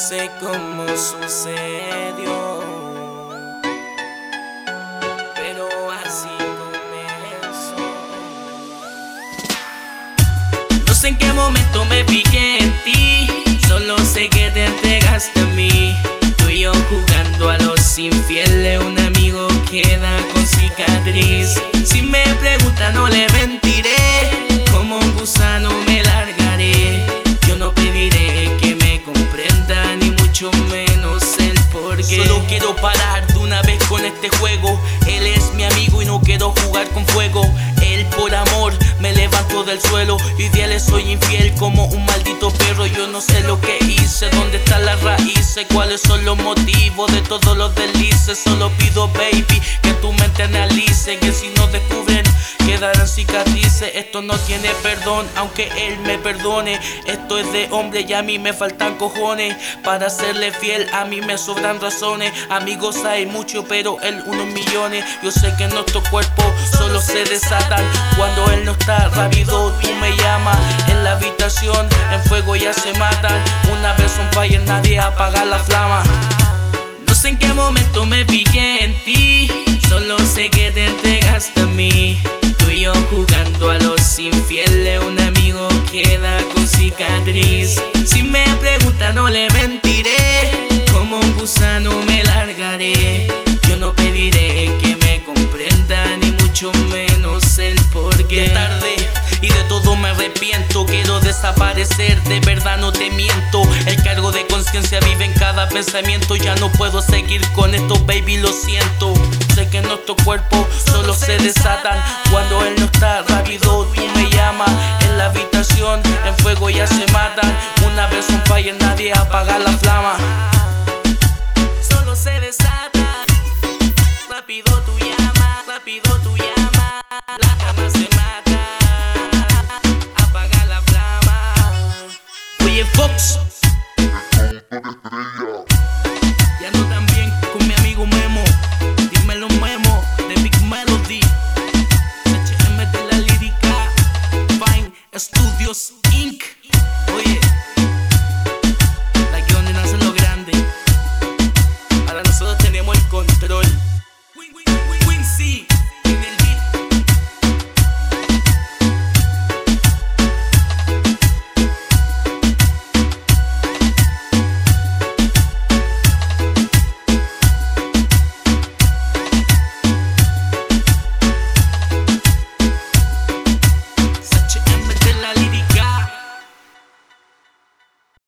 sé cómo sucedió, pero así comenzó. No sé en qué momento me fijé en ti, solo sé que te entregaste a mí. Tú y yo jugando a los infieles, un amigo queda con cicatriz. Si me pregunta no le mentiré, como un gusano me largaré. Yo no pediré que me comprenda, ni mucho menos el porqué. Solo quiero parar de una vez con este juego. Él es mi amigo y no quiero jugar con fuego. Él por amor me levantó del suelo y de él soy infiel como un maldito perro. Yo no sé lo que hice, dónde están las raíces, cuáles son los motivos de todos los deslices. Solo pido, baby, que tu mente analice, que si no descubren quedarán cicatrices. Esto no tiene perdón, aunque él me perdone. Esto es de hombre y a mí me faltan cojones para serle fiel, a mí me sobran razones. Amigos hay muchos, pero él unos millones. Yo sé que nuestros cuerpos solo se desatan cuando él no está. Rápido tú me llamas, en la habitación en fuego ya se matan. Una vez un fire, nadie apaga la flama. No sé en qué momento me fijé en ti, solo sé que te entregaste a mí. Tú y yo jugando a los infieles, un amigo queda con cicatriz. Si me pregunta no le mentiré, como un gusano me largaré. Yo no pediré que me comprenda, ni mucho menos el porqué. Es tarde y de todo me arrepiento, quiero desaparecer, de verdad no te miento. El cargo de conciencia vive en cada pensamiento. Ya no puedo seguir con esto, baby, lo siento. Sé que nuestros cuerpos solo se desatan cuando él no está. Rápido tú me llamas, en la habitación en fuego ya se matan. Una vez un fire, nadie apaga la flama. Solo se desata, rápido tú llamas, rápido tú llamas. La cama se mata, apaga la flama. Oye Fox, ya no tan bien con mi amigo Memo. Dímelo Memo, de Big Melody, HM de la lírica, Fine Studios Inc. Oye, la que donde nace lo grande. Ahora nosotros tenemos el control.